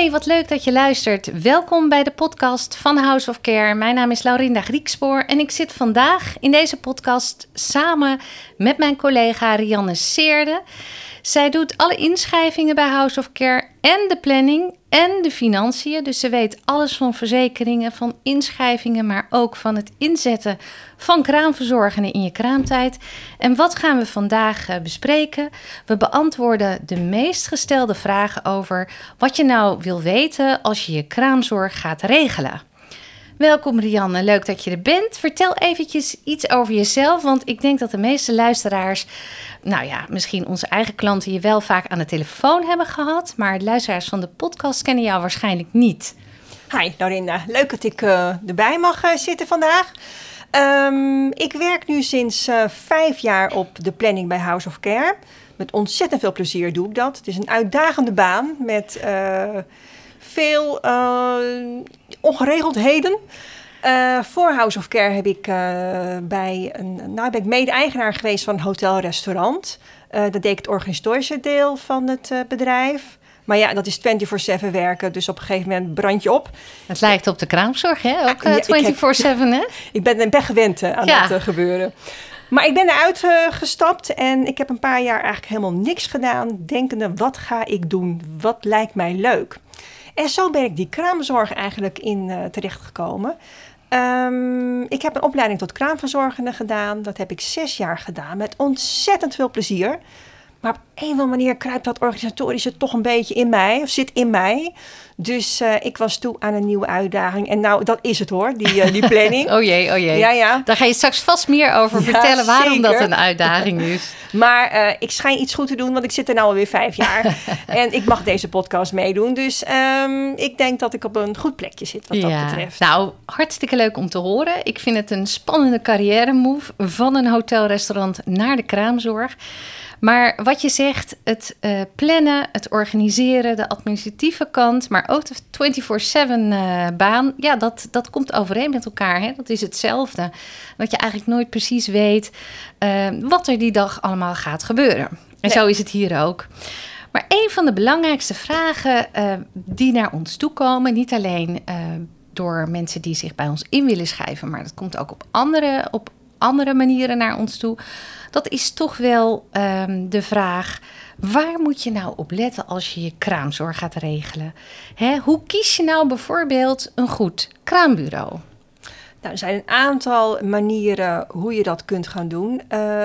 Hey, wat leuk dat je luistert. Welkom bij de podcast van House of Care. Mijn naam is Laurinda Griekspoor en ik zit vandaag in deze podcast samen met mijn collega Rianne Seerde. Zij doet alle inschrijvingen bij House of Care en de planning en de financiën. Dus ze weet alles van verzekeringen, van inschrijvingen, maar ook van het inzetten van kraamverzorgenden in je kraamtijd. En wat gaan we vandaag bespreken? We beantwoorden de meest gestelde vragen over wat je nou wil weten als je je kraamzorg gaat regelen. Welkom Rianne, leuk dat je er bent. Vertel eventjes iets over jezelf, want ik denk dat de meeste luisteraars, misschien onze eigen klanten je wel vaak aan de telefoon hebben gehad, maar de luisteraars van de podcast kennen jou waarschijnlijk niet. Hi Laurinda, leuk dat ik erbij mag zitten vandaag. Ik werk nu sinds 5 jaar op de planning bij House of Care. Met ontzettend veel plezier doe ik dat. Het is een uitdagende baan met veel ongeregeldheden. Voor House of Care ben ik mede-eigenaar geweest van een hotel-restaurant. Dat deed ik het organisatorische deel van het bedrijf. Maar ja, dat is 24/7 werken, dus op een gegeven moment brand je op. Het lijkt op de kraamzorg, hè? Ook 24/7, hè? Ik ben gewend aan dat gebeuren. Maar ik ben eruit gestapt en ik heb een paar jaar eigenlijk helemaal niks gedaan. Denkende, wat ga ik doen? Wat lijkt mij leuk? En zo ben ik die kraamzorg eigenlijk in terechtgekomen. Ik heb een opleiding tot kraamverzorgende gedaan. Dat heb ik 6 jaar gedaan met ontzettend veel plezier. Maar op een of andere manier kruipt dat organisatorische toch een beetje in mij, of zit in mij. Dus ik was toe aan een nieuwe uitdaging. En nou, dat is het hoor, die planning. Oh jee. Ja. Daar ga je straks vast meer over vertellen waarom dat een uitdaging is. Maar ik schijn iets goed te doen, want ik zit er nou alweer 5 jaar. En ik mag deze podcast meedoen. Dus ik denk dat ik op een goed plekje zit wat dat betreft. Nou, hartstikke leuk om te horen. Ik vind het een spannende carrière move van een hotelrestaurant naar de kraamzorg. Maar wat je zegt, het plannen, het organiseren, de administratieve kant, maar ook de 24/7 baan, ja, dat komt overeen met elkaar. Hè? Dat is hetzelfde. Dat je eigenlijk nooit precies weet wat er die dag allemaal gaat gebeuren. En zo is het hier ook. Maar een van de belangrijkste vragen die naar ons toe komen, niet alleen door mensen die zich bij ons in willen schrijven, maar dat komt ook op andere manieren naar ons toe. Dat is toch wel de vraag, waar moet je nou op letten als je je kraamzorg gaat regelen? Hoe kies je nou bijvoorbeeld een goed kraambureau? Nou, er zijn een aantal manieren hoe je dat kunt gaan doen.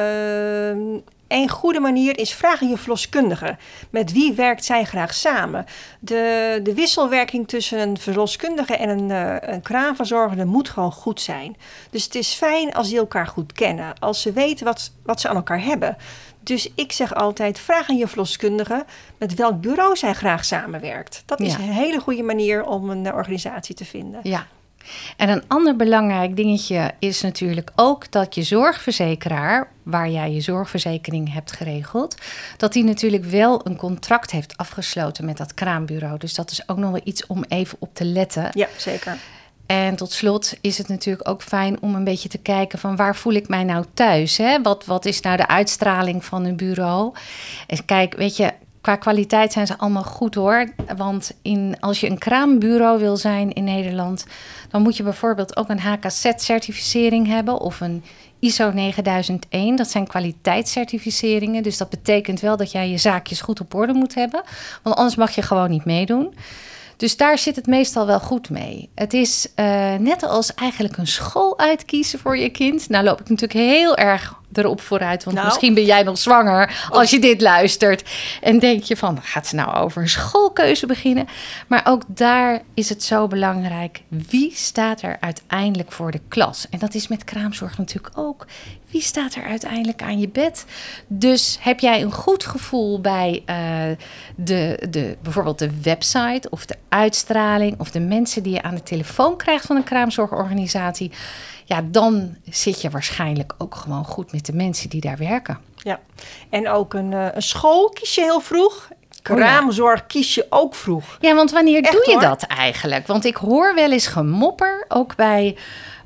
Een goede manier is vragen je verloskundige. Met wie werkt zij graag samen? De wisselwerking tussen een verloskundige en een kraamverzorgende moet gewoon goed zijn. Dus het is fijn als die elkaar goed kennen. Als ze weten wat ze aan elkaar hebben. Dus ik zeg altijd, vraag aan je verloskundige met welk bureau zij graag samenwerkt. Dat is een hele goede manier om een organisatie te vinden. Ja. En een ander belangrijk dingetje is natuurlijk ook dat je zorgverzekeraar, waar jij je zorgverzekering hebt geregeld, dat die natuurlijk wel een contract heeft afgesloten met dat kraambureau. Dus dat is ook nog wel iets om even op te letten. Ja, zeker. En tot slot is het natuurlijk ook fijn om een beetje te kijken van waar voel ik mij nou thuis? Hè? Wat is nou de uitstraling van een bureau? En kijk, weet je, qua kwaliteit zijn ze allemaal goed hoor. Want als je een kraambureau wil zijn in Nederland, dan moet je bijvoorbeeld ook een HKZ-certificering hebben of een ISO 9001. Dat zijn kwaliteitscertificeringen. Dus dat betekent wel dat jij je zaakjes goed op orde moet hebben. Want anders mag je gewoon niet meedoen. Dus daar zit het meestal wel goed mee. Het is net als eigenlijk een school uitkiezen voor je kind. Nou loop ik natuurlijk heel erg erop vooruit. Want misschien ben jij nog zwanger als je dit luistert. En denk je van, gaat ze nou over een schoolkeuze beginnen? Maar ook daar is het zo belangrijk. Wie staat er uiteindelijk voor de klas? En dat is met kraamzorg natuurlijk ook. Wie staat er uiteindelijk aan je bed? Dus heb jij een goed gevoel bij bijvoorbeeld de website of de uitstraling of de mensen die je aan de telefoon krijgt van een kraamzorgorganisatie? Ja, dan zit je waarschijnlijk ook gewoon goed met de mensen die daar werken. Ja, en ook een school kies je heel vroeg. Kraamzorg kies je ook vroeg. Ja, want wanneer doe je dat eigenlijk? Want ik hoor wel eens gemopper, ook bij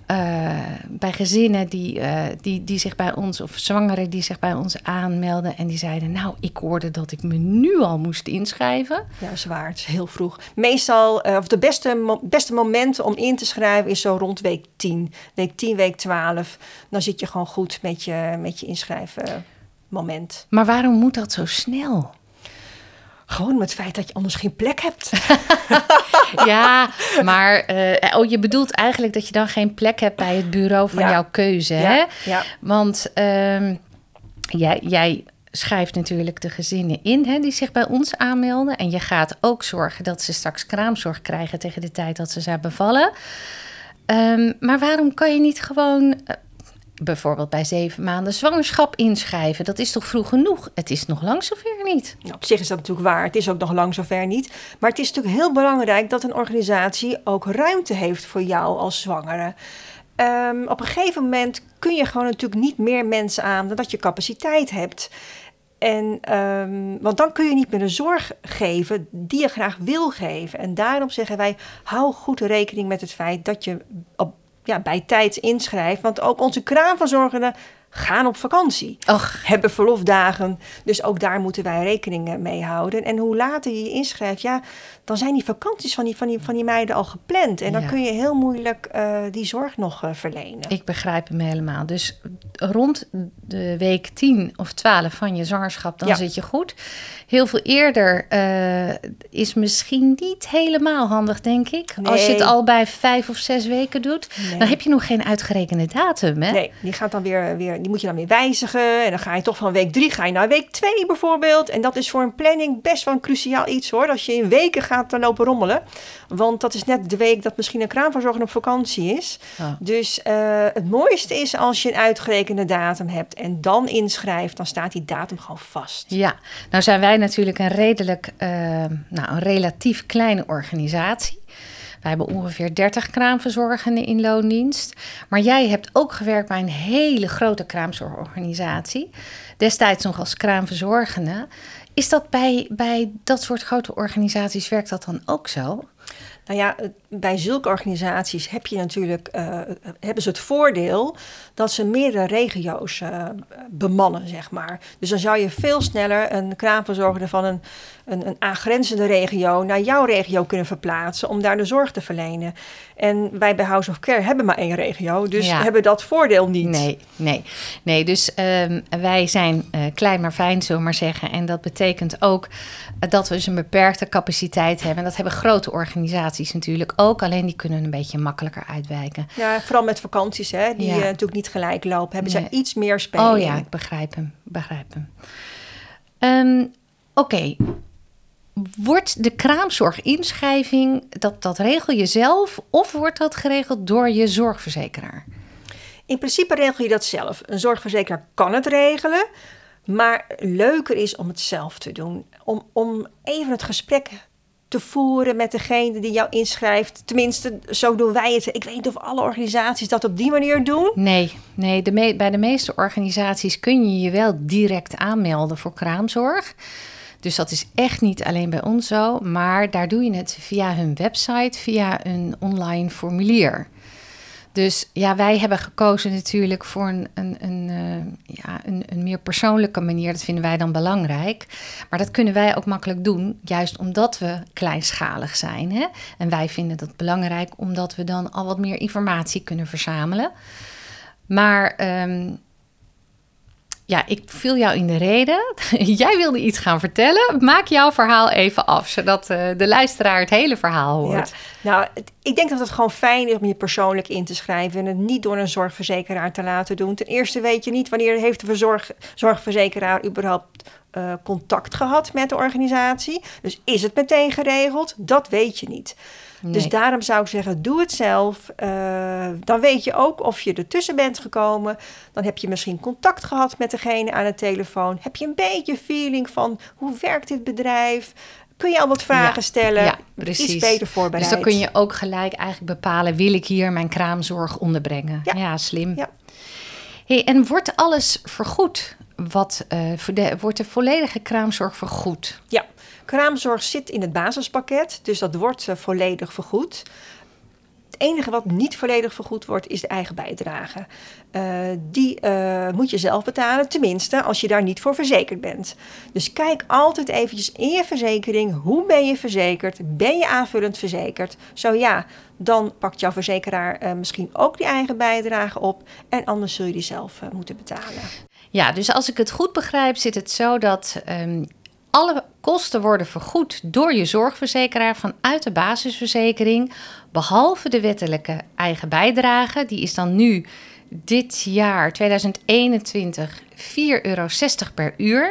bij gezinnen die zich bij ons, of zwangeren die zich bij ons aanmelden. En die zeiden, nou, ik hoorde dat ik me nu al moest inschrijven. Ja, zwaar. Het is heel vroeg. Meestal, of de beste moment om in te schrijven is zo rond week 10. Week 10, week 12. Dan zit je gewoon goed met je inschrijven moment. Maar waarom moet dat zo snel? Gewoon met het feit dat je anders geen plek hebt. Ja, maar je bedoelt eigenlijk dat je dan geen plek hebt bij het bureau van jouw keuze, hè? Ja. Want jij schrijft natuurlijk de gezinnen in, hè, die zich bij ons aanmelden. En je gaat ook zorgen dat ze straks kraamzorg krijgen tegen de tijd dat ze zijn bevallen. Maar waarom kan je niet gewoon bijvoorbeeld bij 7 maanden zwangerschap inschrijven? Dat is toch vroeg genoeg? Het is nog lang zover niet. Nou, op zich is dat natuurlijk waar. Het is ook nog lang zover niet. Maar het is natuurlijk heel belangrijk dat een organisatie ook ruimte heeft voor jou als zwangere. Op een gegeven moment kun je gewoon natuurlijk niet meer mensen aan dan dat je capaciteit hebt. Want dan kun je niet meer de zorg geven die je graag wil geven. En daarom zeggen wij, hou goed rekening met het feit dat je bij tijd inschrijft. Want ook onze kraamverzorgenden gaan op vakantie. Hebben verlofdagen. Dus ook daar moeten wij rekening mee houden. En hoe later je inschrijft, dan zijn die vakanties van die meiden al gepland. En dan kun je heel moeilijk die zorg nog verlenen. Ik begrijp hem helemaal. Dus rond de week 10 of 12 van je zwangerschap, dan zit je goed. Heel veel eerder is misschien niet helemaal handig, denk ik. Nee. Als je het al bij 5 of 6 weken doet, dan heb je nog geen uitgerekende datum, hè? Nee, die gaat dan die moet je dan weer wijzigen. En dan ga je toch van week 3 naar week 2 bijvoorbeeld. En dat is voor een planning best wel een cruciaal iets, hoor. Als je in weken gaat dan lopen rommelen. Want dat is net de week dat misschien een kraamverzorger op vakantie is. Oh. Dus het mooiste is als je een uitgerekende datum hebt en dan inschrijft, dan staat die datum gewoon vast. Ja, nou zijn wij natuurlijk een relatief kleine organisatie. Wij hebben ongeveer 30 kraamverzorgenden in loondienst. Maar jij hebt ook gewerkt bij een hele grote kraamzorgorganisatie. Destijds nog als kraamverzorgende. Is dat bij dat soort grote organisaties, werkt dat dan ook zo? Nou ja, bij zulke organisaties hebben ze het voordeel dat ze meerdere regio's bemannen, zeg maar. Dus dan zou je veel sneller een kraamverzorger van een aangrenzende regio naar jouw regio kunnen verplaatsen om daar de zorg te verlenen. En wij bij House of Care hebben maar 1 regio, dus hebben dat voordeel niet. Nee. Dus wij zijn klein maar fijn, zullen we maar zeggen. En dat betekent ook dat we dus een beperkte capaciteit hebben. En dat hebben grote organisaties natuurlijk ook, alleen die kunnen een beetje makkelijker uitwijken. Ja, vooral met vakanties, hè, die natuurlijk niet gelijk lopen, hebben ze iets meer speling. Oh ja, ik begrijp hem. Oké. Wordt de kraamzorginschrijving, dat regel je zelf, of wordt dat geregeld door je zorgverzekeraar? In principe regel je dat zelf. Een zorgverzekeraar kan het regelen, maar leuker is om het zelf te doen. Om even het gesprek te voeren met degene die jou inschrijft. Tenminste, zo doen wij het. Ik weet niet of alle organisaties dat op die manier doen. Nee, bij de meeste organisaties kun je je wel direct aanmelden voor kraamzorg. Dus dat is echt niet alleen bij ons zo, maar daar doe je het via hun website, via een online formulier. Dus wij hebben gekozen natuurlijk voor een meer persoonlijke manier. Dat vinden wij dan belangrijk. Maar dat kunnen wij ook makkelijk doen, juist omdat we kleinschalig zijn. Hè? En wij vinden dat belangrijk, omdat we dan al wat meer informatie kunnen verzamelen. Maar ik viel jou in de rede. Jij wilde iets gaan vertellen. Maak jouw verhaal even af, zodat de luisteraar het hele verhaal hoort. Ja, nou, ik denk dat het gewoon fijn is om je persoonlijk in te schrijven en het niet door een zorgverzekeraar te laten doen. Ten eerste weet je niet wanneer heeft de zorgverzekeraar überhaupt contact gehad met de organisatie. Dus is het meteen geregeld? Dat weet je niet. Nee. Dus daarom zou ik zeggen, doe het zelf. Dan weet je ook of je ertussen bent gekomen. Dan heb je misschien contact gehad met degene aan de telefoon. Heb je een beetje feeling van, hoe werkt dit bedrijf? Kun je al wat vragen stellen? Ja, precies. Iets beter voorbereid. Dus dan kun je ook gelijk eigenlijk bepalen, wil ik hier mijn kraamzorg onderbrengen? Ja, slim. Ja. Hey, en wordt alles vergoed? Wordt de volledige kraamzorg vergoed? Ja, kraamzorg zit in het basispakket, dus dat wordt volledig vergoed. Het enige wat niet volledig vergoed wordt, is de eigen bijdrage. Die moet je zelf betalen, tenminste als je daar niet voor verzekerd bent. Dus kijk altijd eventjes in je verzekering, hoe ben je verzekerd? Ben je aanvullend verzekerd? Zo ja, dan pakt jouw verzekeraar misschien ook die eigen bijdrage op en anders zul je die zelf moeten betalen. Ja, dus als ik het goed begrijp, zit het zo dat alle kosten worden vergoed door je zorgverzekeraar vanuit de basisverzekering, behalve de wettelijke eigen bijdrage. Die is dan nu dit jaar 2021 €4,60 per uur.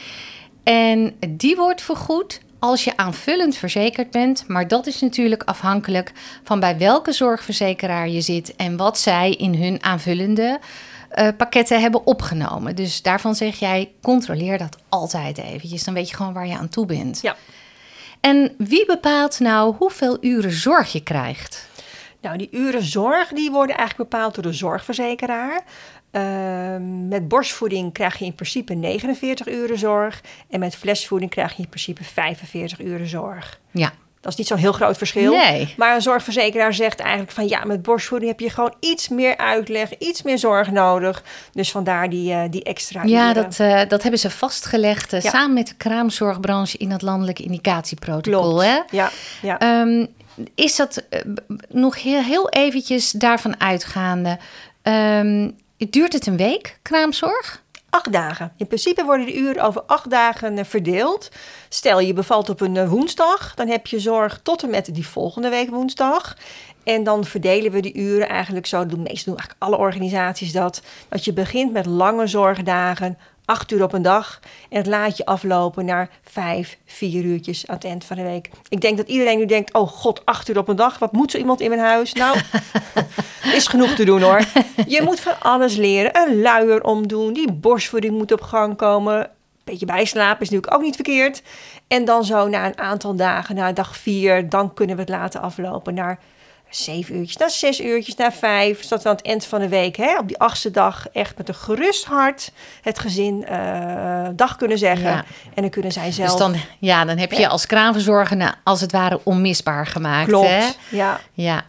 En die wordt vergoed als je aanvullend verzekerd bent. Maar dat is natuurlijk afhankelijk van bij welke zorgverzekeraar je zit en wat zij in hun aanvullende pakketten hebben opgenomen. Dus daarvan zeg jij, controleer dat altijd eventjes. Dan weet je gewoon waar je aan toe bent. Ja. En wie bepaalt nou hoeveel uren zorg je krijgt? Nou, die uren zorg die worden eigenlijk bepaald door de zorgverzekeraar. Met borstvoeding krijg je in principe 49 uren zorg. En met flesvoeding krijg je in principe 45 uren zorg. Ja. Dat is niet zo'n heel groot verschil. Nee. Maar een zorgverzekeraar zegt eigenlijk van ja, met borstvoeding heb je gewoon iets meer uitleg, iets meer zorg nodig. Dus vandaar die extra Ja, uren. dat hebben ze vastgelegd samen met de kraamzorgbranche in het landelijk indicatieprotocol. Klopt. Hè? Ja. Is dat nog heel eventjes daarvan uitgaande? Duurt het een week, kraamzorg? 8 dagen. In principe worden de uren over 8 dagen verdeeld. Stel je bevalt op een woensdag, dan heb je zorg tot en met die volgende week woensdag. En dan verdelen we die uren eigenlijk zo, meestal doen eigenlijk alle organisaties dat je begint met lange zorgdagen, 8 uur op een dag. En het laat je aflopen naar 4 uurtjes aan het eind van de week. Ik denk dat iedereen nu denkt, oh god, 8 uur op een dag. Wat moet zo iemand in mijn huis? Nou, is genoeg te doen hoor. Je moet van alles leren. Een luier omdoen, die borstvoeding moet op gang komen. Een beetje bijslapen is natuurlijk ook niet verkeerd. En dan zo na een aantal dagen, na dag 4, dan kunnen we het laten aflopen naar 7 uurtjes, naar 6 uurtjes, naar 5. Zodat we aan het eind van de week, op die 8e dag, echt met een gerust hart het gezin dag kunnen zeggen. Ja. En dan kunnen zij zelf... Dus dan heb je als kraamverzorgende als het ware onmisbaar gemaakt. Klopt, hè? Ja.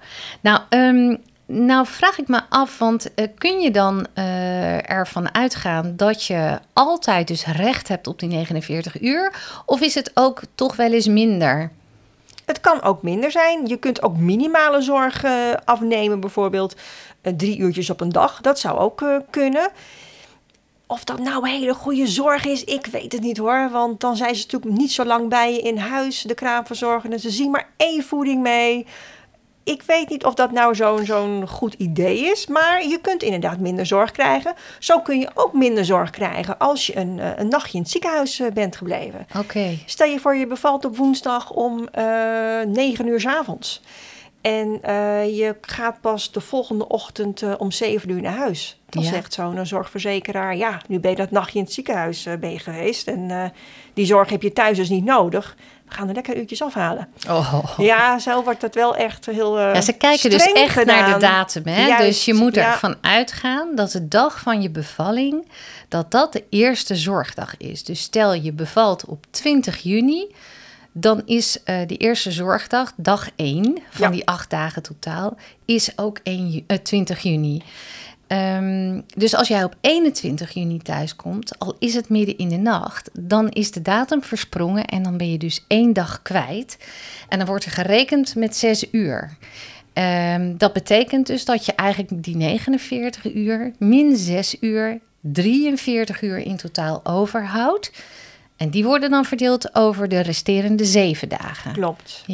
Nou vraag ik me af, want kun je dan ervan uitgaan dat je altijd dus recht hebt op die 49 uur? Of is het ook toch wel eens minder? Het kan ook minder zijn. Je kunt ook minimale zorg afnemen, bijvoorbeeld 3 uurtjes op een dag. Dat zou ook kunnen. Of dat nou hele goede zorg is, ik weet het niet hoor. Want dan zijn ze natuurlijk niet zo lang bij je in huis, de kraamverzorgenden. Ze zien maar 1 voeding mee. Ik weet niet of dat nou zo'n goed idee is, maar je kunt inderdaad minder zorg krijgen. Zo kun je ook minder zorg krijgen als je een nachtje in het ziekenhuis bent gebleven. Oké. Stel je voor je bevalt op woensdag om 9 uur 's avonds. En je gaat pas de volgende ochtend om 7 uur naar huis. Dan zegt zo'n zorgverzekeraar, ja, nu ben je dat nachtje in het ziekenhuis ben je geweest. En die zorg heb je thuis dus niet nodig. We gaan er lekker uurtjes afhalen. Oh. Ja, zo wordt dat wel echt heel ze kijken dus echt gedaan. naar de datum. Hè? Juist, dus je moet ervan uitgaan dat de dag van je bevalling, dat de eerste zorgdag is. Dus stel je bevalt op 20 juni... dan is de eerste zorgdag, dag 1 van die 8 dagen totaal, is ook 20 juni. Dus als jij op 21 juni thuis komt, al is het midden in de nacht, dan is de datum versprongen en dan ben je dus 1 dag kwijt. En dan wordt er gerekend met 6 uur. Dat betekent dus dat je eigenlijk die 49 uur min 6 uur, 43 uur in totaal overhoudt. En die worden dan verdeeld over de resterende 7 dagen. Klopt.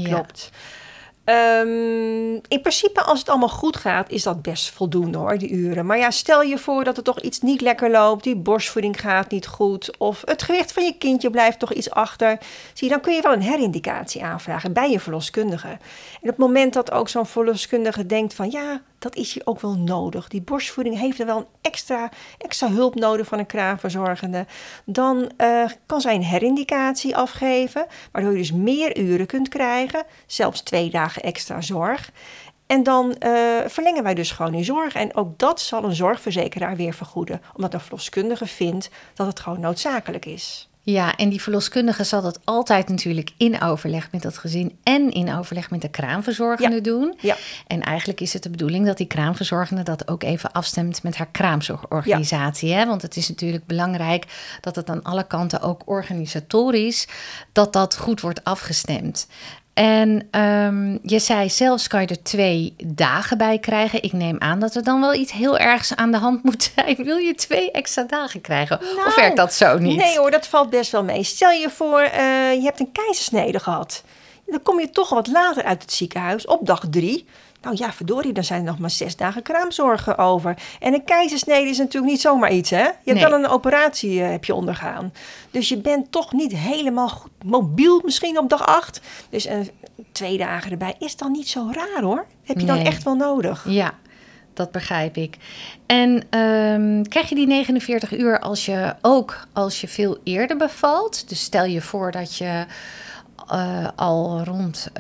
In principe, als het allemaal goed gaat, is dat best voldoende hoor, die uren. Maar ja, stel je voor dat er toch iets niet lekker loopt, die borstvoeding gaat niet goed, of het gewicht van je kindje blijft toch iets achter. Zie je, dan kun je wel een herindicatie aanvragen bij je verloskundige. En op het moment dat ook zo'n verloskundige denkt van ja, dat is hier ook wel nodig. Die borstvoeding heeft er wel een extra hulp nodig van een kraamverzorgende. Dan kan zij een herindicatie afgeven, waardoor je dus meer uren kunt krijgen, zelfs 2 dagen extra zorg. En dan verlengen wij dus gewoon die zorg. En ook dat zal een zorgverzekeraar weer vergoeden, omdat een verloskundige vindt dat het gewoon noodzakelijk is. Ja, en die verloskundige zal dat altijd natuurlijk in overleg met dat gezin en in overleg met de kraamverzorgende doen. Ja. En eigenlijk is het de bedoeling dat die kraamverzorgende dat ook even afstemt met haar kraamzorgorganisatie. Hè? Want het is natuurlijk belangrijk dat het aan alle kanten ook organisatorisch, dat goed wordt afgestemd. En je zei zelfs kan je er 2 dagen bij krijgen. Ik neem aan dat er dan wel iets heel ergs aan de hand moet zijn. Wil je 2 extra dagen krijgen? Of werkt dat zo niet? Nee hoor, dat valt best wel mee. Stel je voor, je hebt een keizersnede gehad. Dan kom je toch wat later uit het ziekenhuis, op dag 3. Nou ja, verdorie, dan zijn er nog maar 6 dagen kraamzorgen over. En een keizersnede is natuurlijk niet zomaar iets, hè? Je hebt wel een operatie heb je ondergaan. Dus je bent toch niet helemaal goed mobiel misschien op dag 8. Dus 2 dagen erbij is dan niet zo raar, hoor. Heb je dan echt wel nodig. Ja, dat begrijp ik. En krijg je die 49 uur als je veel eerder bevalt? Dus stel je voor dat je al rond...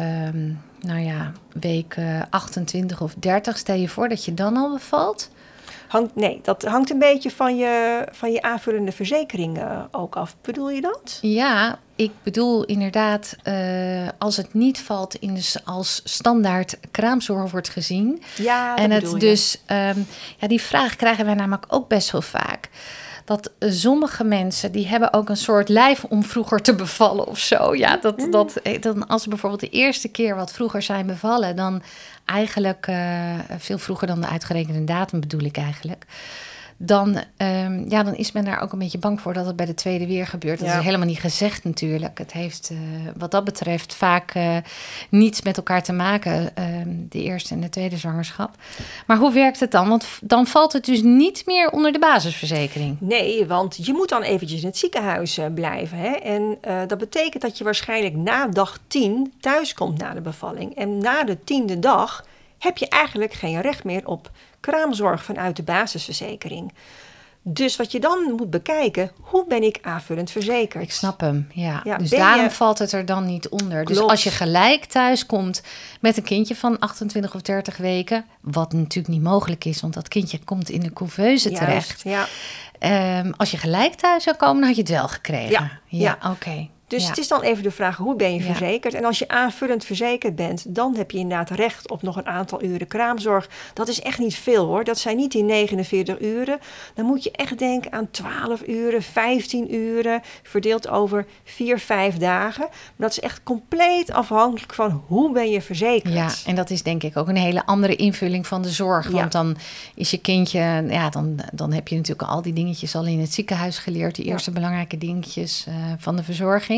week 28 of 30, stel je voor dat je dan al bevalt? Dat hangt een beetje van je aanvullende verzekering ook af. Bedoel je dat? Ja, ik bedoel inderdaad, als het niet valt als standaard kraamzorg wordt gezien. Ja, dat en bedoel het je. Dus, die vraag krijgen wij namelijk ook best wel vaak. Dat sommige mensen, die hebben ook een soort lijf om vroeger te bevallen of zo. Ja, dan als ze bijvoorbeeld de eerste keer wat vroeger zijn bevallen, dan eigenlijk veel vroeger dan de uitgerekende datum bedoel ik eigenlijk. Dan is men daar ook een beetje bang voor dat het bij de tweede weer gebeurt. Dat is helemaal niet gezegd natuurlijk. Het heeft wat dat betreft vaak niets met elkaar te maken, de eerste en de tweede zwangerschap. Maar hoe werkt het dan? Want dan valt het dus niet meer onder de basisverzekering. Nee, want je moet dan eventjes in het ziekenhuis blijven. Hè? En dat betekent dat je waarschijnlijk na dag 10 thuis komt na de bevalling. En na de 10e dag heb je eigenlijk geen recht meer op kraamzorg vanuit de basisverzekering. Dus wat je dan moet bekijken, hoe ben ik aanvullend verzekerd? Ik snap hem, ja. Dus daarom valt het er dan niet onder. Klopt. Dus als je gelijk thuis komt met een kindje van 28 of 30 weken... wat natuurlijk niet mogelijk is, want dat kindje komt in de couveuse terecht. Ja. Als je gelijk thuis zou komen, dan had je het wel gekregen. Ja. Oké. Dus het is dan even de vraag, hoe ben je verzekerd? En als je aanvullend verzekerd bent, dan heb je inderdaad recht op nog een aantal uren kraamzorg. Dat is echt niet veel hoor. Dat zijn niet die 49 uren. Dan moet je echt denken aan 12 uren, 15 uren, verdeeld over 4-5 dagen. Maar dat is echt compleet afhankelijk van hoe ben je verzekerd. Ja, en dat is denk ik ook een hele andere invulling van de zorg. Want dan is je kindje, dan heb je natuurlijk al die dingetjes al in het ziekenhuis geleerd. Die eerste belangrijke dingetjes van de verzorging.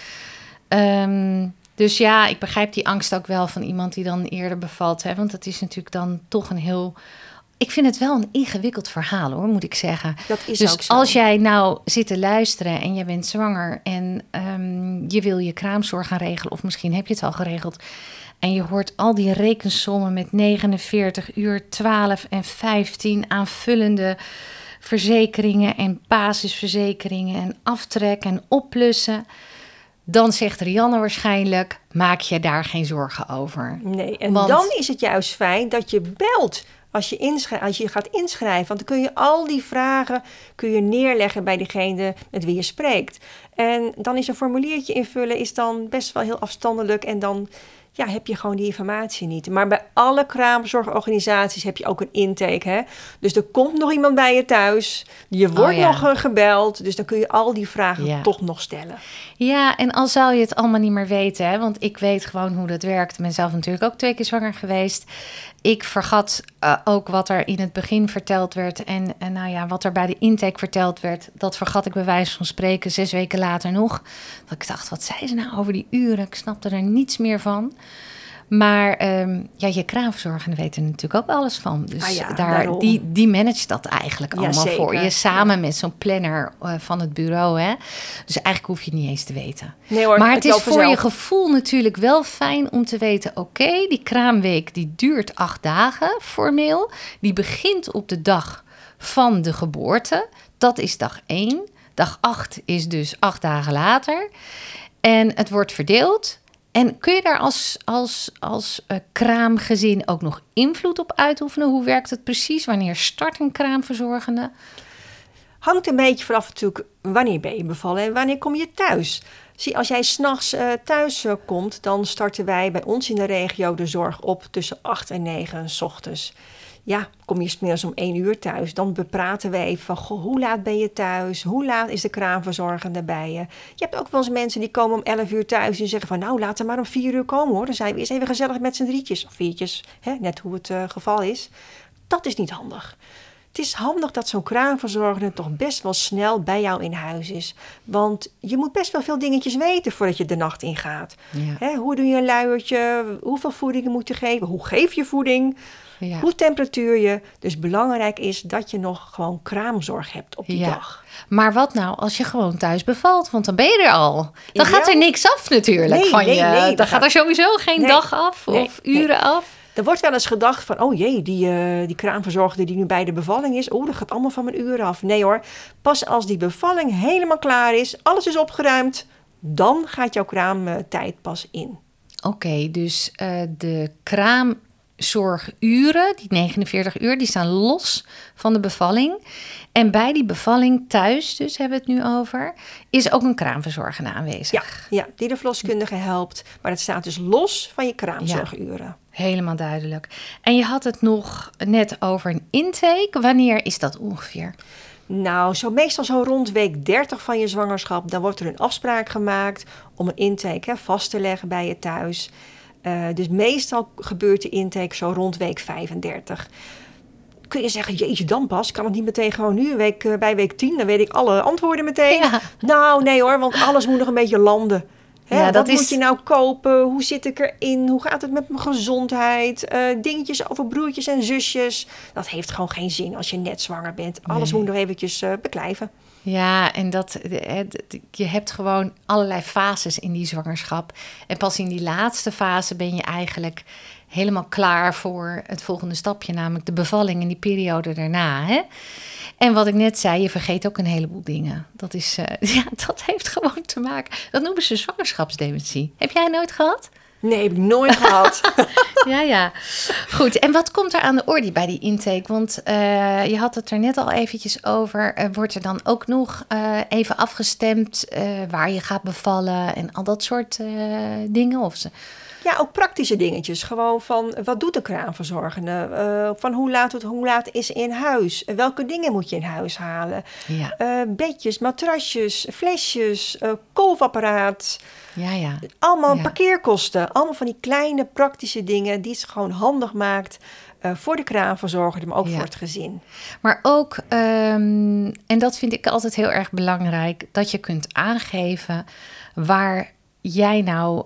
Dus ja, ik begrijp die angst ook wel van iemand die dan eerder bevalt. Hè? Want dat is natuurlijk dan toch een heel... Ik vind het wel een ingewikkeld verhaal hoor, moet ik zeggen. Dat is dus ook zo. Als jij nou zit te luisteren en jij bent zwanger... en je wil je kraamzorg gaan regelen, of misschien heb je het al geregeld... en je hoort al die rekensommen met 49 uur, 12 en 15 aanvullende... verzekeringen en basisverzekeringen en aftrek en oplussen... dan zegt Rianne waarschijnlijk, maak je daar geen zorgen over. Nee, en dan is het juist fijn dat je belt als je gaat inschrijven. Want dan kun je al die vragen neerleggen bij degene met wie je spreekt. En dan is een formuliertje invullen is dan best wel heel afstandelijk en dan... heb je gewoon die informatie niet. Maar bij alle kraamzorgorganisaties heb je ook een intake. Hè? Dus er komt nog iemand bij je thuis. Je wordt nog gebeld. Dus dan kun je al die vragen toch nog stellen. Ja, en al zou je het allemaal niet meer weten. Hè? Want ik weet gewoon hoe dat werkt. Ik ben zelf natuurlijk ook 2 keer zwanger geweest. Ik vergat ook wat er in het begin verteld werd. En wat er bij de intake verteld werd. Dat vergat ik bij wijze van spreken 6 weken later nog. Dat ik dacht, wat zei ze nou over die uren? Ik snapte er niets meer van. Maar je kraamverzorgenden weten er natuurlijk ook alles van. Dus die managt dat eigenlijk allemaal voor je. Samen met zo'n planner van het bureau. Hè? Dus eigenlijk hoef je het niet eens te weten. Nee hoor, maar het is voor je gevoel natuurlijk wel fijn om te weten... oké, die kraamweek die duurt 8 dagen formeel. Die begint op de dag van de geboorte. Dat is dag 1. Dag 8 is dus 8 dagen later. En het wordt verdeeld... En kun je daar als kraamgezin ook nog invloed op uitoefenen? Hoe werkt het precies? Wanneer start een kraamverzorgende? Hangt een beetje vanaf natuurlijk wanneer ben je bevallen en wanneer kom je thuis. Zie, als jij 's nachts thuis komt, dan starten wij bij ons in de regio de zorg op tussen 8 en 9 's ochtends. Ja, kom je 's middags om 1 uur thuis, dan bepraten we even van, goh, hoe laat ben je thuis? Hoe laat is de kraamverzorgende bij je? Je hebt ook wel eens mensen die komen om 11 uur thuis en zeggen van, nou, laat er maar om 4 uur komen hoor. Dan zijn we eerst even gezellig met z'n drietjes of viertjes, net hoe het geval is. Dat is niet handig. Het is handig dat zo'n kraamverzorgende toch best wel snel bij jou in huis is. Want je moet best wel veel dingetjes weten voordat je de nacht ingaat. Ja. Hoe doe je een luiertje? Hoeveel voeding moet je geven? Hoe geef je voeding? Ja. Hoe temperatuur je? Dus belangrijk is dat je nog gewoon kraamzorg hebt op die dag. Maar wat nou als je gewoon thuis bevalt? Want dan ben je er al. Dan gaat er Ideaal. niks af natuurlijk Nee, van je. nee, Dan gaat er sowieso geen dag af of uren af. Er wordt wel eens gedacht van, oh jee, die kraamverzorgende die nu bij de bevalling is, dat gaat allemaal van mijn uren af. Nee hoor, pas als die bevalling helemaal klaar is, alles is opgeruimd, dan gaat jouw kraamtijd pas in. Oké, dus de kraamzorguren, die 49 uur, die staan los van de bevalling. En bij die bevalling thuis, dus hebben we het nu over, is ook een kraamverzorgende aanwezig. Ja, die de verloskundige helpt, maar het staat dus los van je kraamzorguren. Ja, helemaal duidelijk. En je had het nog net over een intake. Wanneer is dat ongeveer? Nou, meestal zo rond week 30 van je zwangerschap, dan wordt er een afspraak gemaakt om een intake vast te leggen bij je thuis. Dus meestal gebeurt de intake zo rond week 35. Kun je zeggen, jeetje dan pas, kan het niet meteen gewoon nu, bij week 10, dan weet ik alle antwoorden meteen. Ja. Nou, nee hoor, want alles moet nog een beetje landen. Wat moet je nou kopen? Hoe zit ik erin? Hoe gaat het met mijn gezondheid? Dingetjes over broertjes en zusjes. Dat heeft gewoon geen zin als je net zwanger bent. Alles moet nog eventjes beklijven. Ja, en je hebt gewoon allerlei fases in die zwangerschap. En pas in die laatste fase ben je eigenlijk helemaal klaar voor het volgende stapje, namelijk de bevalling en die periode daarna. Hè? En wat ik net zei, je vergeet ook een heleboel dingen. Dat heeft gewoon te maken. Dat noemen ze zwangerschapsdementie. Heb jij nooit gehad? Nee, heb ik nooit gehad. Ja. Goed, en wat komt er aan de orde bij die intake? Want je had het er net al eventjes over. Wordt er dan ook nog even afgestemd waar je gaat bevallen en al dat soort dingen? Ja, ook praktische dingetjes. Gewoon van, wat doet de kraamverzorgende? Van hoe laat is ze in huis? Welke dingen moet je in huis halen? Ja. Bedjes, matrasjes, flesjes, kolfapparaat. Ja. Allemaal parkeerkosten. Allemaal van die kleine praktische dingen die het gewoon handig maakt voor de kraamverzorger, maar ook voor het gezin. Maar ook, en dat vind ik altijd heel erg belangrijk, dat je kunt aangeven waar jij nou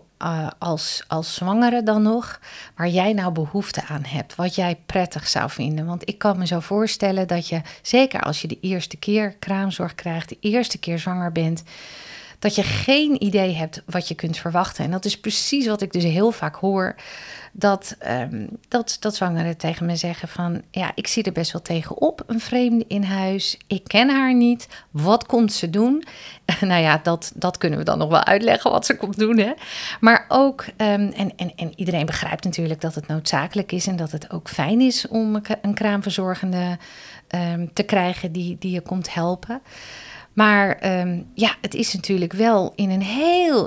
als zwangere dan nog, waar jij nou behoefte aan hebt, wat jij prettig zou vinden. Want ik kan me zo voorstellen dat je, zeker als je de eerste keer kraamzorg krijgt, de eerste keer zwanger bent, dat je geen idee hebt wat je kunt verwachten. En dat is precies wat ik dus heel vaak hoor, dat zwangeren tegen me zeggen van, ja, ik zie er best wel tegenop, een vreemde in huis. Ik ken haar niet. Wat komt ze doen? Nou ja, dat kunnen we dan nog wel uitleggen wat ze komt doen. Hè? Maar ook, en iedereen begrijpt natuurlijk dat het noodzakelijk is en dat het ook fijn is om een kraamverzorgende te krijgen die je komt helpen. Maar het is natuurlijk wel in een heel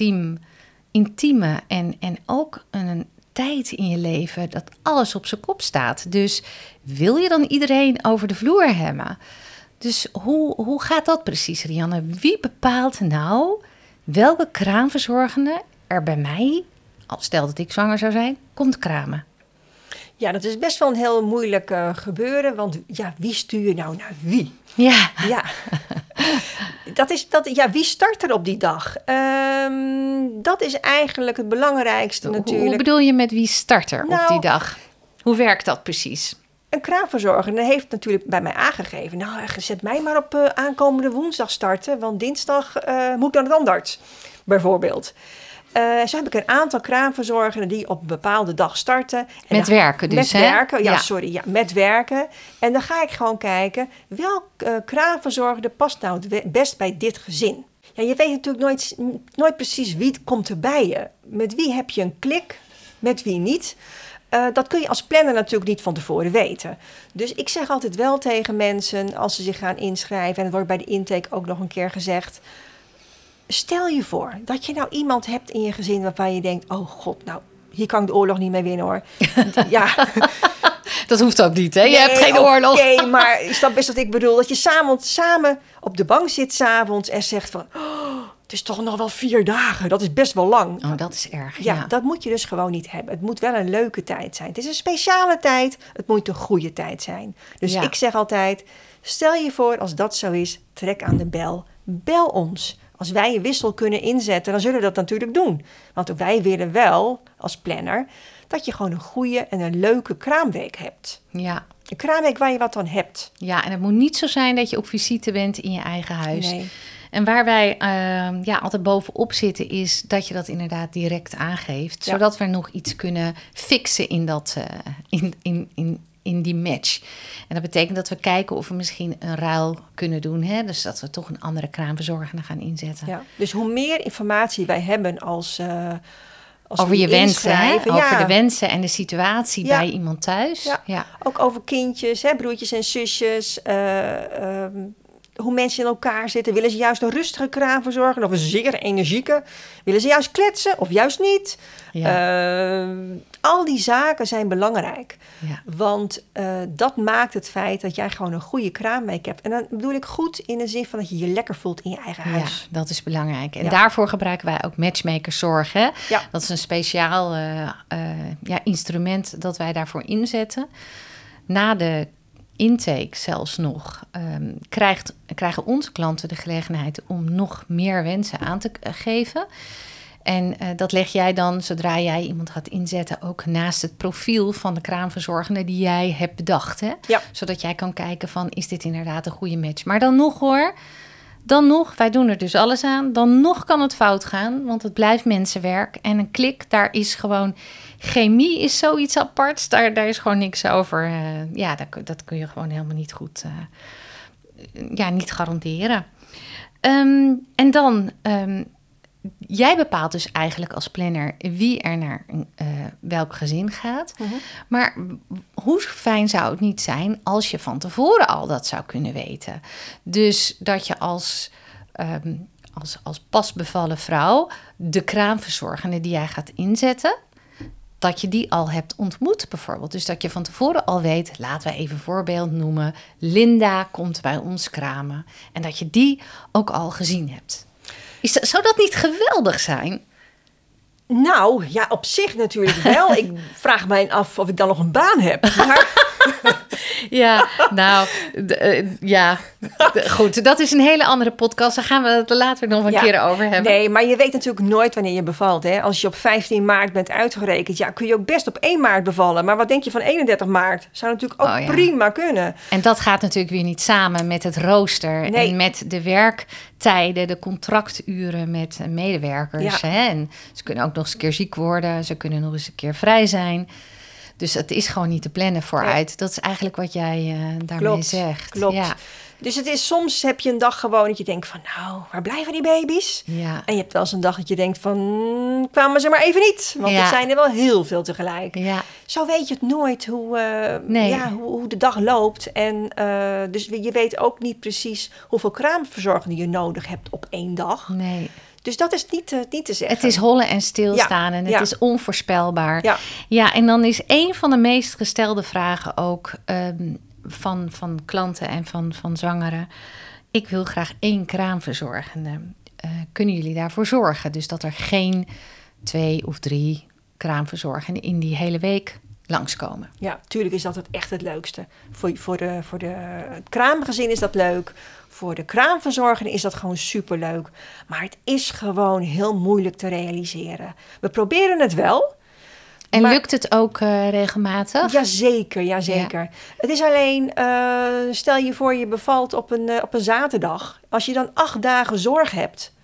intieme en ook een tijd in je leven dat alles op zijn kop staat. Dus wil je dan iedereen over de vloer hebben? Dus hoe gaat dat precies, Rianne? Wie bepaalt nou welke kraamverzorgende er bij mij, stel dat ik zwanger zou zijn, komt kramen? Ja, dat is best wel een heel moeilijk gebeuren, want ja, wie stuur je nou naar wie? Ja. Wie start er op die dag? Dat is eigenlijk het belangrijkste natuurlijk. Hoe bedoel je met wie start er op die dag? Hoe werkt dat precies? Een kraamverzorger heeft natuurlijk bij mij aangegeven, nou, zet mij maar op aankomende woensdag starten, want dinsdag moet ik naar de tandarts, bijvoorbeeld. Zo heb ik een aantal kraamverzorgenden die op een bepaalde dag starten. Met werken dus, hè? Met werken. En dan ga ik gewoon kijken, welke kraamverzorgende past nou het best bij dit gezin? Ja, je weet natuurlijk nooit precies wie komt er bij je. Met wie heb je een klik, met wie niet. Dat kun je als planner natuurlijk niet van tevoren weten. Dus ik zeg altijd wel tegen mensen als ze zich gaan inschrijven, en het wordt bij de intake ook nog een keer gezegd, stel je voor dat je nou iemand hebt in je gezin waarvan je denkt, oh god, nou, hier kan ik de oorlog niet mee winnen hoor. Ja. Dat hoeft ook niet, hè? Je hebt geen oorlog. Oké, maar is dat best wat ik bedoel? Dat je samen op de bank zit 's avonds en zegt van, het is toch nog wel 4 dagen. Dat is best wel lang. Oh, dat is erg. Ja, dat moet je dus gewoon niet hebben. Het moet wel een leuke tijd zijn. Het is een speciale tijd. Het moet een goede tijd zijn. Dus ik zeg altijd, stel je voor als dat zo is, trek aan de bel. Bel ons. Als wij een wissel kunnen inzetten, dan zullen we dat natuurlijk doen. Want wij willen wel, als planner, dat je gewoon een goede en een leuke kraamweek hebt. Ja. Een kraamweek waar je wat aan hebt. Ja, en het moet niet zo zijn dat je op visite bent in je eigen huis. Nee. En waar wij altijd bovenop zitten is dat je dat inderdaad direct aangeeft. Ja. Zodat we nog iets kunnen fixen in, dat, in die match. En dat betekent dat we kijken of we misschien een ruil kunnen doen. Hè? Dus dat we toch een andere kraamverzorger gaan inzetten. Ja. Dus hoe meer informatie wij hebben als over je wensen, hè? Ja. Over de wensen en de situatie bij iemand thuis. Ja. Ja. Ook over kindjes, hè? Broertjes en zusjes. Hoe mensen in elkaar zitten. Willen ze juist een rustige kraamverzorger of een zeer energieke? Willen ze juist kletsen of juist niet? Ja. Al die zaken zijn belangrijk. Ja. Want dat maakt het feit dat jij gewoon een goede kraamweek hebt. En dan bedoel ik goed in de zin van dat je je lekker voelt in je eigen huis. Ja, dat is belangrijk. En daarvoor gebruiken wij ook matchmakerszorg. Hè? Ja. Dat is een speciaal instrument dat wij daarvoor inzetten. Na de intake zelfs nog, krijgen onze klanten de gelegenheid om nog meer wensen aan te geven. En dat leg jij dan, zodra jij iemand gaat inzetten, ook naast het profiel van de kraamverzorgende die jij hebt bedacht. Hè? Ja. Zodat jij kan kijken van, is dit inderdaad een goede match? Maar dan nog hoor, wij doen er dus alles aan. Dan nog kan het fout gaan, want het blijft mensenwerk. En een klik, daar is gewoon, chemie is zoiets aparts. Daar is gewoon niks over. Dat kun je gewoon helemaal niet goed, niet garanderen. En dan, jij bepaalt dus eigenlijk als planner wie er naar welk gezin gaat. Uh-huh. Maar hoe fijn zou het niet zijn als je van tevoren al dat zou kunnen weten? Dus dat je als pasbevallen vrouw de kraamverzorgende die jij gaat inzetten, dat je die al hebt ontmoet bijvoorbeeld. Dus dat je van tevoren al weet, laten we even een voorbeeld noemen, Linda komt bij ons kramen. En dat je die ook al gezien hebt. Zou dat niet geweldig zijn? Nou, ja, op zich natuurlijk wel. Ik vraag mij af of ik dan nog een baan heb. Maar... Ja, nou, goed. Dat is een hele andere podcast. Daar gaan we het later nog een keer over hebben. Nee, maar je weet natuurlijk nooit wanneer je bevalt. Hè? Als je op 15 maart bent uitgerekend, kun je ook best op 1 maart bevallen. Maar wat denk je van 31 maart? Zou natuurlijk ook prima kunnen. En dat gaat natuurlijk weer niet samen met het rooster. Nee. En met de werktijden, de contracturen met medewerkers. Ja. Hè? En ze kunnen ook nog eens een keer ziek worden. Ze kunnen nog eens een keer vrij zijn. Dus het is gewoon niet te plannen vooruit. Nee. Dat is eigenlijk wat jij daarmee zegt. Klopt. Ja. Dus het is soms heb je een dag gewoon dat je denkt van, nou, waar blijven die baby's? Ja. En je hebt wel eens een dag dat je denkt van, kwamen ze maar even niet. Want er zijn er wel heel veel tegelijk. Ja. Zo weet je het nooit hoe de dag loopt. En dus je weet ook niet precies hoeveel kraamverzorgenden je nodig hebt op 1 dag. Nee. Dus dat is niet te zeggen. Het is hollen en stilstaan en het is onvoorspelbaar. Ja, en dan is een van de meest gestelde vragen ook van klanten en van zwangeren. Ik wil graag 1 kraamverzorgende. Kunnen jullie daarvoor zorgen? Dus dat er geen 2 of 3 kraamverzorgenden in die hele week langskomen. Ja, tuurlijk is dat echt het leukste. Voor het kraamgezin is dat leuk. Voor de kraamverzorger is dat gewoon superleuk. Maar het is gewoon heel moeilijk te realiseren. We proberen het wel. En lukt het ook regelmatig? Jazeker. Ja. Het is alleen, stel je voor je bevalt op een zaterdag. Als je dan 8 dagen zorg hebt,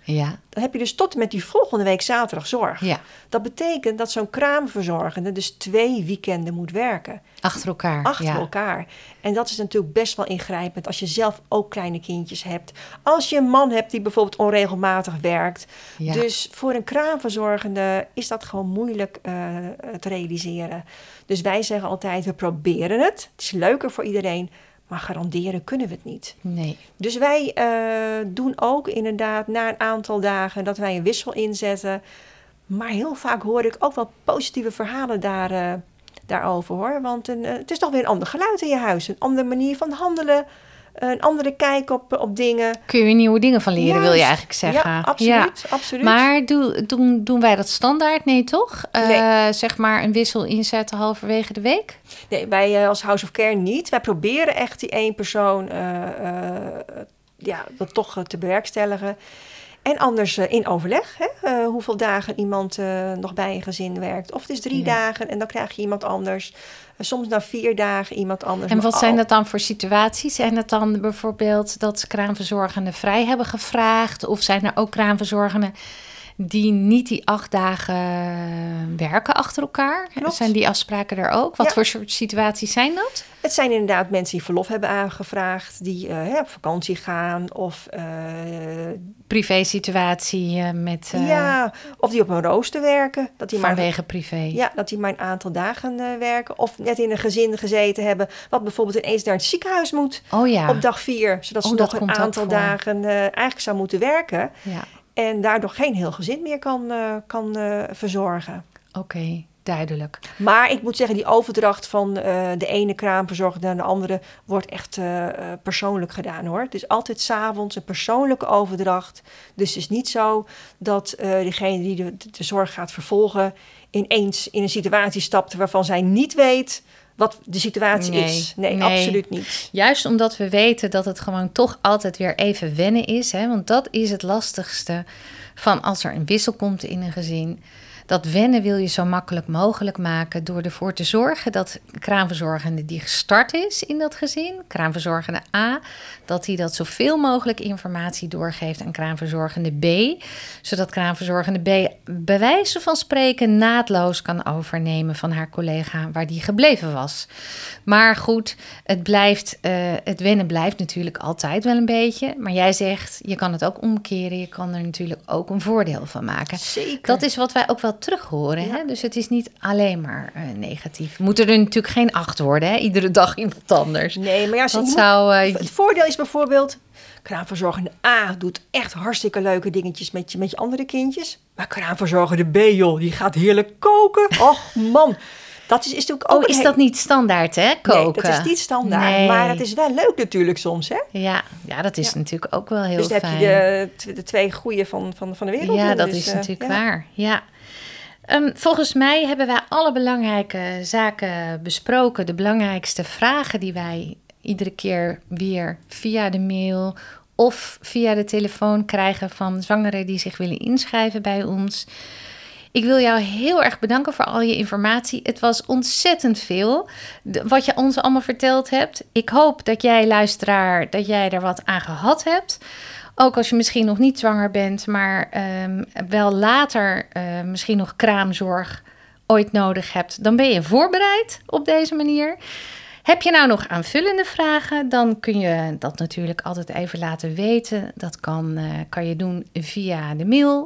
Ja. Dan heb je dus tot en met die volgende week zaterdag zorg. Ja. Dat betekent dat zo'n kraamverzorgende dus 2 weekenden moet werken. Achter elkaar. Achter elkaar. En dat is natuurlijk best wel ingrijpend als je zelf ook kleine kindjes hebt. Als je een man hebt die bijvoorbeeld onregelmatig werkt. Ja. Dus voor een kraamverzorgende is dat gewoon moeilijk te realiseren. Dus wij zeggen altijd, we proberen het. Het is leuker voor iedereen. Maar garanderen kunnen we het niet. Nee. Dus wij doen ook inderdaad na een aantal dagen dat wij een wissel inzetten. Maar heel vaak hoor ik ook wel positieve verhalen daarover hoor. Want het is toch weer een ander geluid in je huis. Een andere manier van handelen. Een andere kijk op dingen. Kun je weer nieuwe dingen van leren, wil je eigenlijk zeggen. Ja, absoluut. Absoluut. Maar doen wij dat standaard? Nee, toch? Nee. Zeg maar een wissel inzetten halverwege de week? Nee, wij als House of Care niet. Wij proberen echt die één persoon dat toch te bewerkstelligen. En anders in overleg. Hè? Hoeveel dagen iemand nog bij een gezin werkt. Of het is 3 dagen en dan krijg je iemand anders. Soms na 4 dagen iemand anders. En wat zijn dat dan voor situaties? Zijn het dan bijvoorbeeld dat kraamverzorgenden vrij hebben gevraagd? Of zijn er ook kraamverzorgenden die niet die 8 dagen werken achter elkaar? Klopt. Zijn die afspraken er ook? Wat voor soort situaties zijn dat? Het zijn inderdaad mensen die verlof hebben aangevraagd, die op vakantie gaan of privé situatie met of die op een rooster werken. Dat die vanwege privé. Ja, dat die maar een aantal dagen werken. Of net in een gezin gezeten hebben, wat bijvoorbeeld ineens naar het ziekenhuis moet op dag 4. Zodat ze nog een aantal dagen eigenlijk zou moeten werken. Ja. En daardoor geen heel gezin meer kan verzorgen. Oké, duidelijk. Maar ik moet zeggen, die overdracht van de ene kraamverzorger naar de andere wordt echt persoonlijk gedaan hoor. Het is altijd 's avonds een persoonlijke overdracht. Dus het is niet zo dat degene die de zorg gaat vervolgen ineens in een situatie stapt waarvan zij niet weet wat de situatie is. Nee, absoluut niet. Juist omdat we weten dat het gewoon toch altijd weer even wennen is. Hè? Want dat is het lastigste van als er een wissel komt in een gezin. Dat wennen wil je zo makkelijk mogelijk maken door ervoor te zorgen dat kraamverzorgende die gestart is in dat gezin, kraamverzorgende A, dat hij dat zoveel mogelijk informatie doorgeeft aan kraamverzorgende B, zodat kraamverzorgende B bij wijze van spreken naadloos kan overnemen van haar collega waar die gebleven was. Maar goed, het wennen blijft natuurlijk altijd wel een beetje. Maar jij zegt, je kan het ook omkeren, je kan er natuurlijk ook een voordeel van maken. Zeker. Dat is wat wij ook wel terug horen. Ja. Hè? Dus het is niet alleen maar negatief. Moeten er natuurlijk geen 8 worden, hè? Iedere dag iemand anders. Nee, maar het voordeel is bijvoorbeeld, kraamverzorgende A doet echt hartstikke leuke dingetjes met je andere kindjes. Maar kraamverzorgende B, joh, die gaat heerlijk koken. Och man, dat is natuurlijk ook... is dat niet standaard, hè, koken? Nee, dat is niet standaard. Maar het is wel leuk natuurlijk soms, hè? Ja, dat is natuurlijk ook wel heel fijn. Dus dan heb je de 2 goeie van de wereld. Ja, dat is natuurlijk waar. Ja. Volgens mij hebben wij alle belangrijke zaken besproken. De belangrijkste vragen die wij iedere keer weer via de mail of via de telefoon krijgen van zwangeren die zich willen inschrijven bij ons. Ik wil jou heel erg bedanken voor al je informatie. Het was ontzettend veel wat je ons allemaal verteld hebt. Ik hoop dat jij, luisteraar, dat jij er wat aan gehad hebt. Ook als je misschien nog niet zwanger bent, maar wel later misschien nog kraamzorg ooit nodig hebt. Dan ben je voorbereid op deze manier. Heb je nou nog aanvullende vragen, dan kun je dat natuurlijk altijd even laten weten. Dat kan je doen via de mail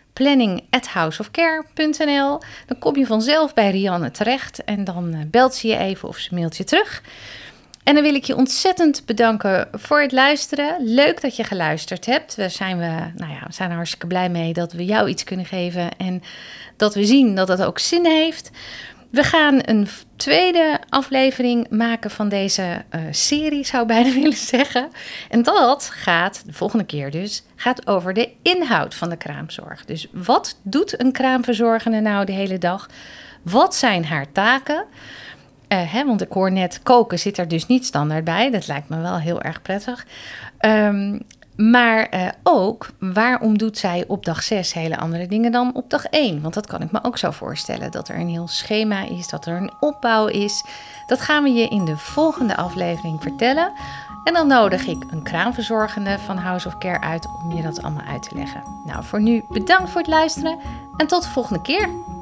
planning@houseofcare.nl. Dan kom je vanzelf bij Rianne terecht en dan belt ze je even of ze mailt je terug. En dan wil ik je ontzettend bedanken voor het luisteren. Leuk dat je geluisterd hebt. We zijn er hartstikke blij mee dat we jou iets kunnen geven en dat we zien dat het ook zin heeft. We gaan een tweede aflevering maken van deze serie, zou ik bijna willen zeggen. En dat gaat, de volgende keer dus, gaat over de inhoud van de kraamzorg. Dus wat doet een kraamverzorgende nou de hele dag? Wat zijn haar taken? Want ik hoor net, koken zit er dus niet standaard bij. Dat lijkt me wel heel erg prettig. Maar ook, waarom doet zij op dag 6 hele andere dingen dan op dag 1? Want dat kan ik me ook zo voorstellen. Dat er een heel schema is, dat er een opbouw is. Dat gaan we je in de volgende aflevering vertellen. En dan nodig ik een kraamverzorgende van House of Care uit om je dat allemaal uit te leggen. Nou, voor nu bedankt voor het luisteren en tot de volgende keer.